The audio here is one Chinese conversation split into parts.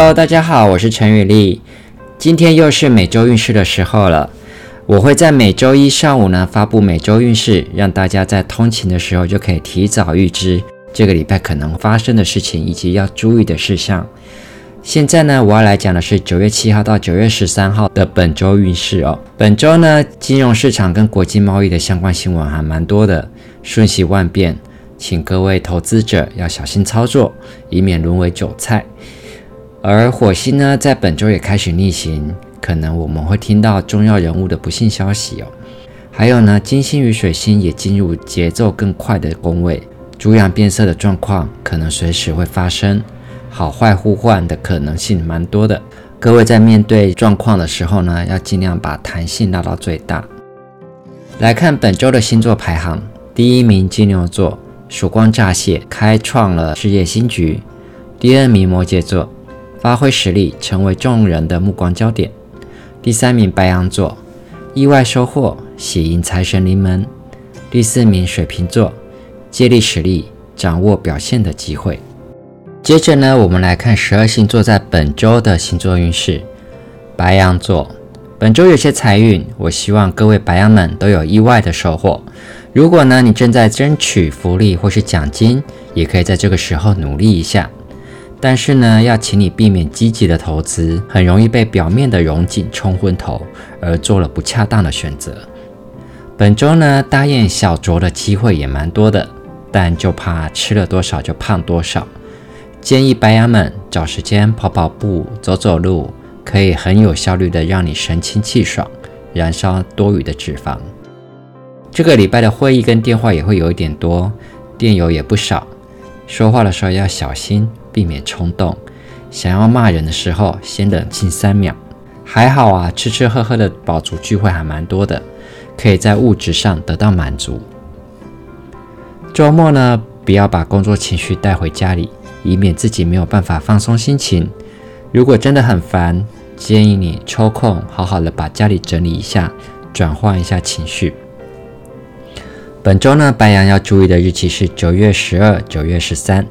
Hello， 大家好，我是陈宇丽。今天又是每周运势的时候了。我会在每周一上午呢发布每周运势，让大家在通勤的时候就可以提早预知这个礼拜可能发生的事情以及要注意的事项。现在呢，我要来讲的是9月7号到9月13号的本周运势哦。本周呢，金融市场跟国际贸易的相关新闻还蛮多的，瞬息万变，请各位投资者要小心操作，以免沦为韭菜。而火星呢，在本周也开始逆行，可能我们会听到重要人物的不幸消息哦。还有呢，金星与水星也进入节奏更快的宫位，猪羊变色的状况可能随时会发生。好坏互换的可能性蛮多的，各位在面对状况的时候呢，要尽量把弹性拉到最大。来看本周的星座排行，第一名金牛座，曙光乍泄，开创了事业新局。第二名摩羯座，发挥实力，成为众人的目光焦点。第三名白羊座，意外收获，喜迎财神临门。第四名水瓶座，借力使力，掌握表现的机会。接着呢，我们来看12星座在本周的星座运势。白羊座，本周有些财运，我希望各位白羊们都有意外的收获。如果呢，你正在争取福利或是奖金，也可以在这个时候努力一下。但是呢，要请你避免积极的投资，很容易被表面的荣景冲昏头，而做了不恰当的选择。本周呢，大宴小酌的机会也蛮多的，但就怕吃了多少就胖多少。建议白羊们找时间跑跑步、走走路，可以很有效率的让你神清气爽，燃烧多余的脂肪。这个礼拜的会议跟电话也会有一点多，电邮也不少，说话的时候要小心，避免冲动。想要骂人的时候，先冷静3秒。还好啊，吃吃喝喝的饱足聚会还蛮多的，可以在物质上得到满足。周末呢，不要把工作情绪带回家里，以免自己没有办法放松心情。如果真的很烦，建议你抽空好好的把家里整理一下，转换一下情绪。本周呢，白羊要注意的日期是9月12、9月13。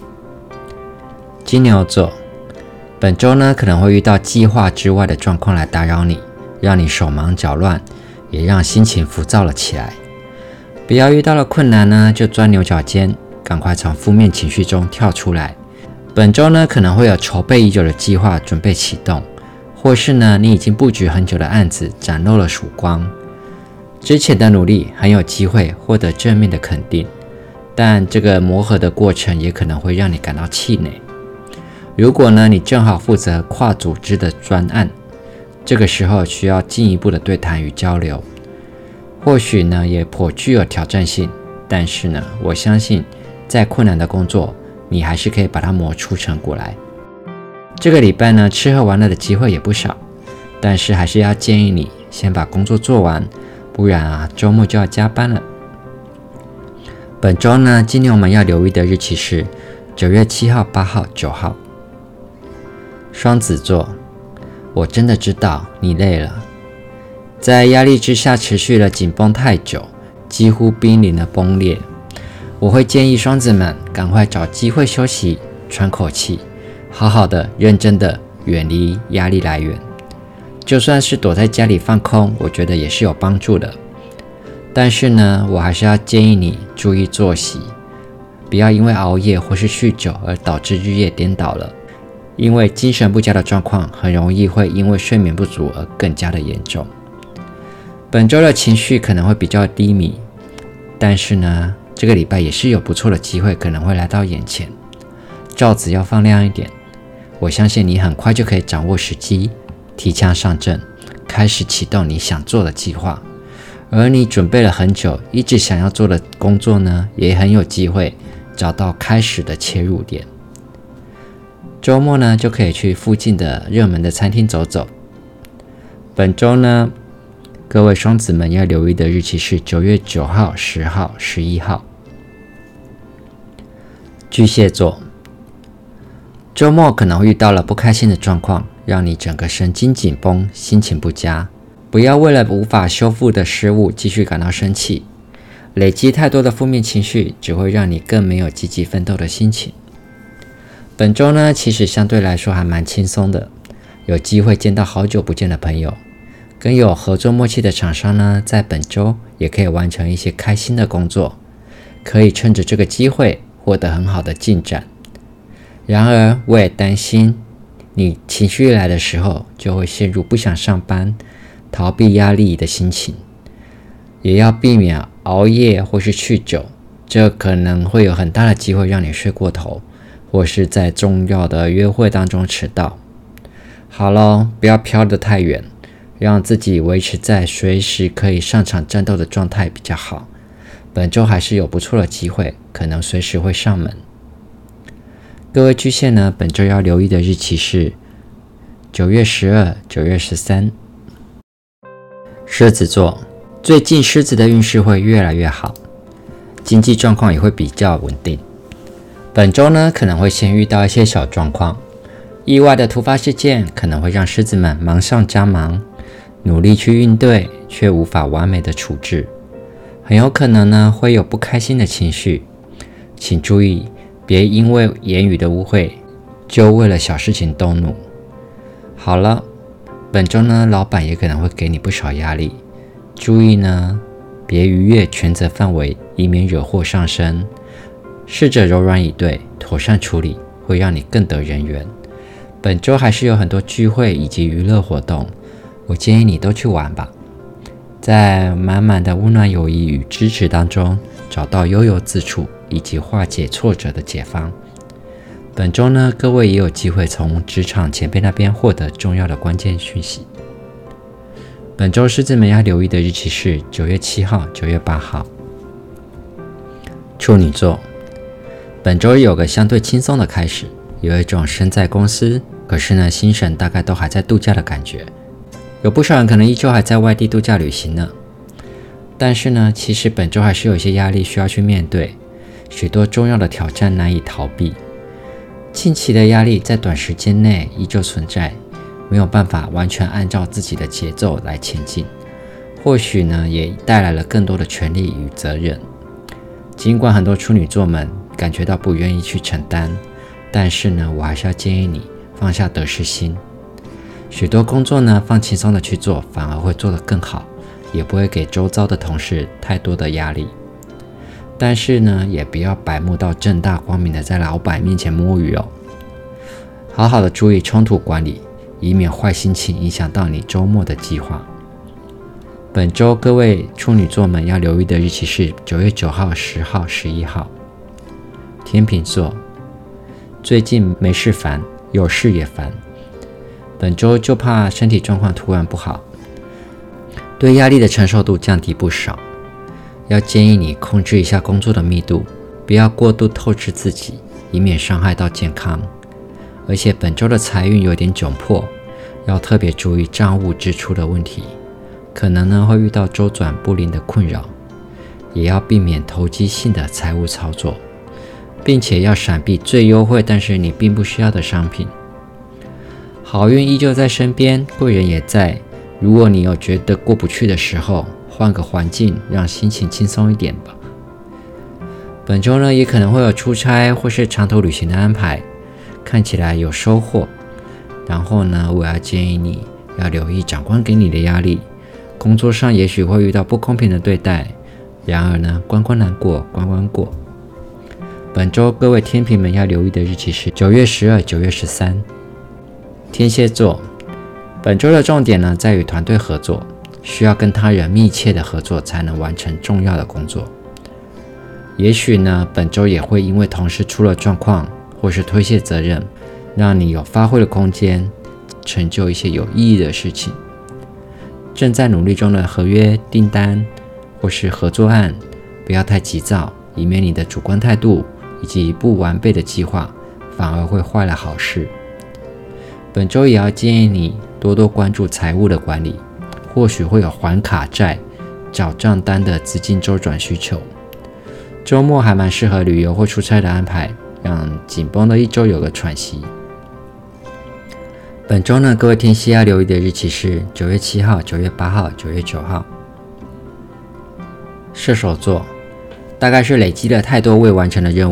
金牛座，本周呢可能会遇到计划之外的状况来打扰你，让你手忙脚乱，也让心情浮躁了起来。不要遇到了困难呢就钻牛角尖，赶快从负面情绪中跳出来。本周呢，可能会有筹备已久的计划准备启动，或是呢，你已经布局很久的案子展露了曙光。之前的努力很有机会获得正面的肯定，但这个磨合的过程也可能会让你感到气馁。如果呢，你正好负责跨组织的专案，这个时候需要进一步的对谈与交流，或许呢，也颇具有挑战性，但是呢，我相信再困难的工作，你还是可以把它磨出成果来。这个礼拜呢，吃喝玩乐的机会也不少，但是还是要建议你先把工作做完，不然啊，周末就要加班了。本周呢，金牛们要留意的日期是9月7号、8号、9号。双子座，我真的知道你累了，在压力之下持续了紧绷太久，几乎濒临了崩裂。我会建议双子们赶快找机会休息，喘口气，好好的、认真的远离压力来源。就算是躲在家里放空，我觉得也是有帮助的。但是呢，我还是要建议你注意作息，不要因为熬夜或是酗酒而导致日夜颠倒了。因为精神不佳的状况很容易会因为睡眠不足而更加的严重。本周的情绪可能会比较低迷，但是呢，这个礼拜也是有不错的机会可能会来到眼前。罩子要放亮一点，我相信你很快就可以掌握时机，提枪上阵，开始启动你想做的计划。而你准备了很久一直想要做的工作呢，也很有机会找到开始的切入点。周末呢，就可以去附近的热门的餐厅走走。本周呢，各位双子们要留意的日期是9月9号、10号、11号。巨蟹座，周末可能会遇到了不开心的状况，让你整个神经紧绷，心情不佳。不要为了无法修复的失误继续感到生气，累积太多的负面情绪只会让你更没有积极奋斗的心情。 本周呢，其实相对来说还蛮轻松的，有机会见到好久不见的朋友，跟有合作默契的厂商呢，在本周也可以完成一些开心的工作，可以趁着这个机会获得很好的进展。然而，我也担心你情绪来的时候，就会陷入不想上班、逃避压力的心情，也要避免熬夜或是酗酒，这可能会有很大的机会让你睡过头，或是在重要的约会当中迟到。好咯，不要飘得太远，让自己维持在随时可以上场战斗的状态比较好。本周还是有不错的机会，可能随时会上门。各位巨蟹呢，本周要留意的日期是9月12、9月13。狮子座，最近狮子的运势会越来越好，经济状况也会比较稳定。本周呢，可能会先遇到一些小状况，意外的突发事件可能会让狮子们忙上加忙，努力去应对，却无法完美的处置，很有可能呢会有不开心的情绪。请注意，别因为言语的误会，就为了小事情动怒。好了，本周呢，老板也可能会给你不少压力，注意呢，别逾越权责范围，以免惹祸上身。试着柔软以对，妥善处理，会让你更得人缘。本周还是有很多聚会以及娱乐活动，我建议你都去玩吧，在满满的温暖友谊与支持当中，找到悠游自处以及化解挫折的解方。本周呢，各位也有机会从职场前辈那边获得重要的关键讯息。本周狮子们要留意的日期是9月7号、9月8号。处女座，本周有个相对轻松的开始，有一种身在公司，可是呢，心神大概都还在度假的感觉。有不少人可能依旧还在外地度假旅行呢。但是呢，其实本周还是有一些压力需要去面对，许多重要的挑战难以逃避。近期的压力在短时间内依旧存在，没有办法完全按照自己的节奏来前进，或许呢，也带来了更多的权利与责任。尽管很多处女座们感觉到不愿意去承担，但是呢，我还是要建议你放下得失心。许多工作呢，放轻松的去做，反而会做得更好，也不会给周遭的同事太多的压力。但是呢，也不要白目到正大光明的在老板面前摸鱼哦。好好的注意冲突管理，以免坏心情影响到你周末的计划。本周各位处女座们要留意的日期是9月9号、10号、11号。天秤座，最近没事烦，有事也烦。本周就怕身体状况突然不好，对压力的承受度降低不少。要建议你控制一下工作的密度，不要过度透支自己，以免伤害到健康。而且本周的财运有点窘迫，要特别注意账务支出的问题，可能呢会遇到周转不灵的困扰，也要避免投机性的财务操作，并且要闪避最优惠但是你并不需要的商品。好运依旧在身边，贵人也在。如果你有觉得过不去的时候，换个环境，让心情轻松一点吧。本周呢，也可能会有出差或是长途旅行的安排，看起来有收获。然后呢，我要建议你要留意长官给你的压力，工作上也许会遇到不公平的对待，然而呢，关关难过关关过。本周各位天秤们要留意的日期是9月12、9月13。天蝎座，本周的重点呢在于团队合作，需要跟他人密切的合作才能完成重要的工作。也许呢，本周也会因为同事出了状况或是推卸责任，让你有发挥的空间，成就一些有意义的事情。正在努力中的合约订单或是合作案，不要太急躁，以免你的主观态度以及不完备的计划反而会坏了好事。本周也要建议你多多关注财务的管理，或许会有还卡债、找账单的资金周转需求。周末还蛮适合旅游或出差的安排，让紧绷的一周有个喘息。本周呢，各位天蝎要留意的日期是9月7号、9月8号、9月9号。射手座，大概是累积了太多未完成的任务，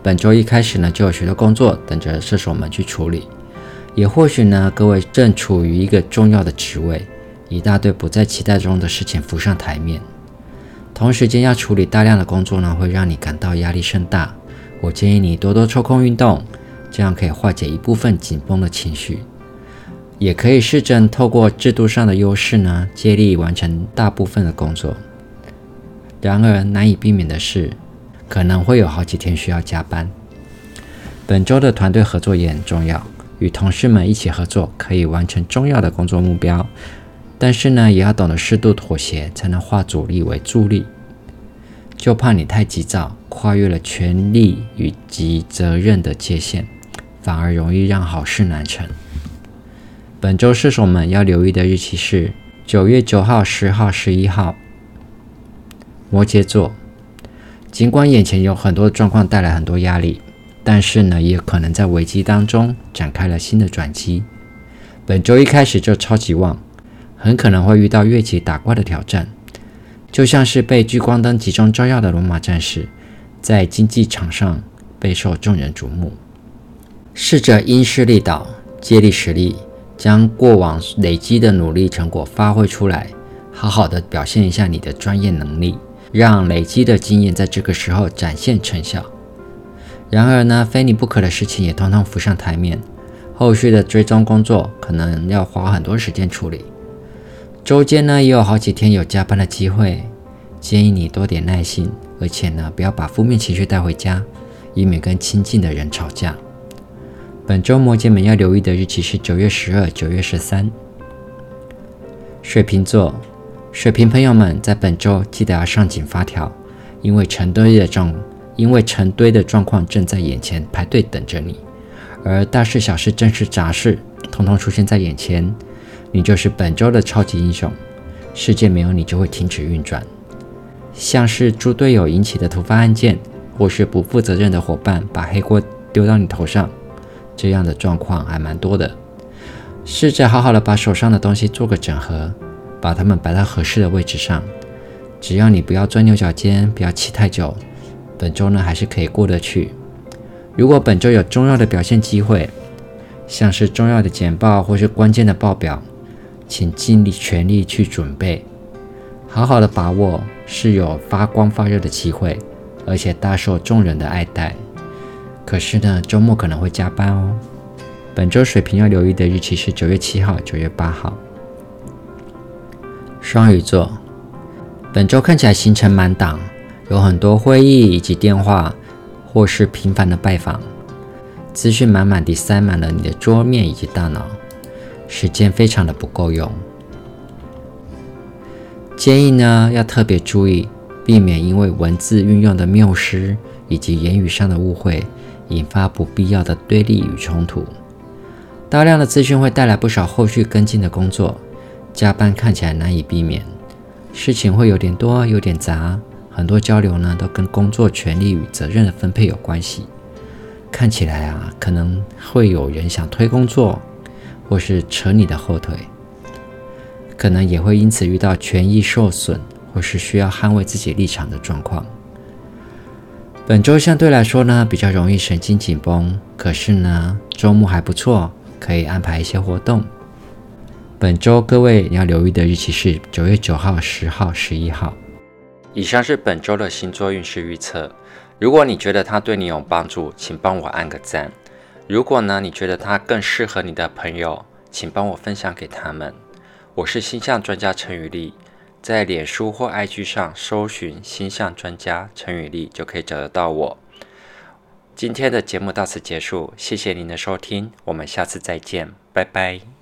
本周一开始呢，就有许多工作等着射手们去处理，也或许呢，各位正处于一个重要的职位，一大堆不在期待中的事情浮上台面，同时间要处理大量的工作呢，会让你感到压力甚大。我建议你多多抽空运动，这样可以化解一部分紧绷的情绪，也可以试着透过制度上的优势呢，接力完成大部分的工作。然而难以避免的是，可能会有好几天需要加班。本周的团队合作也很重要，与同事们一起合作可以完成重要的工作目标，但是呢，也要懂得适度妥协，才能化阻力为助力。就怕你太急躁，跨越了权力与及责任的界限，反而容易让好事难成。本周射手们要留意的日期是9月9号、10号、11号。摩羯座，尽管眼前有很多状况带来很多压力，但是呢，也可能在危机当中展开了新的转机。本周一开始就超级旺，很可能会遇到越级打怪的挑战，就像是被聚光灯集中照耀的罗马战士，在竞技场上备受众人瞩目。试着因势利导，借力使力，将过往累积的努力成果发挥出来，好好的表现一下你的专业能力，让累积的经验在这个时候展现成效。然而呢，非你不可的事情也通通浮上台面，后续的追踪工作可能要花很多时间处理。周间呢，也有好几天有加班的机会，建议你多点耐心，而且呢，不要把负面情绪带回家，以免跟亲近的人吵架。本周摩羯们要留意的日期是9月12、9月13。水瓶座，水瓶朋友们在本周记得要上紧发条，因为成堆的状况正在眼前排队等着你，而大事小事、正事杂事统统出现在眼前，你就是本周的超级英雄，世界没有你就会停止运转。像是猪队友引起的突发案件，或是不负责任的伙伴把黑锅丢到你头上，这样的状况还蛮多的。试着好好的把手上的东西做个整合，把它们摆到合适的位置上。只要你不要钻牛角尖，不要气太久，本周呢还是可以过得去。如果本周有重要的表现机会，像是重要的简报或是关键的报表，请尽力全力去准备，好好的把握是有发光发热的机会，而且大受众人的爱戴。可是呢，周末可能会加班哦。本周水瓶要留意的日期是9月7号、9月8号。双鱼座，本周看起来行程满档，有很多会议以及电话，或是频繁的拜访，资讯满满地塞满了你的桌面以及大脑，时间非常的不够用。建议呢要特别注意，避免因为文字运用的谬失以及言语上的误会，引发不必要的对立与冲突。大量的资讯会带来不少后续跟进的工作，加班看起来难以避免，事情会有点多有点杂，很多交流呢都跟工作权利与责任的分配有关系。看起来可能会有人想推工作，或是扯你的后腿，可能也会因此遇到权益受损，或是需要捍卫自己立场的状况。本周相对来说呢，比较容易神经紧绷，可是呢，周末还不错，可以安排一些活动。本周各位要留意的日期是9月9号、10号、11号。以上是本周的星座运势预测。如果你觉得它对你有帮助，请帮我按个赞。如果呢，你觉得它更适合你的朋友，请帮我分享给他们。我是星象专家陈宇丽，在脸书或 IG 上搜寻星象专家陈宇丽就可以找得到我。今天的节目到此结束，谢谢您的收听，我们下次再见，拜拜。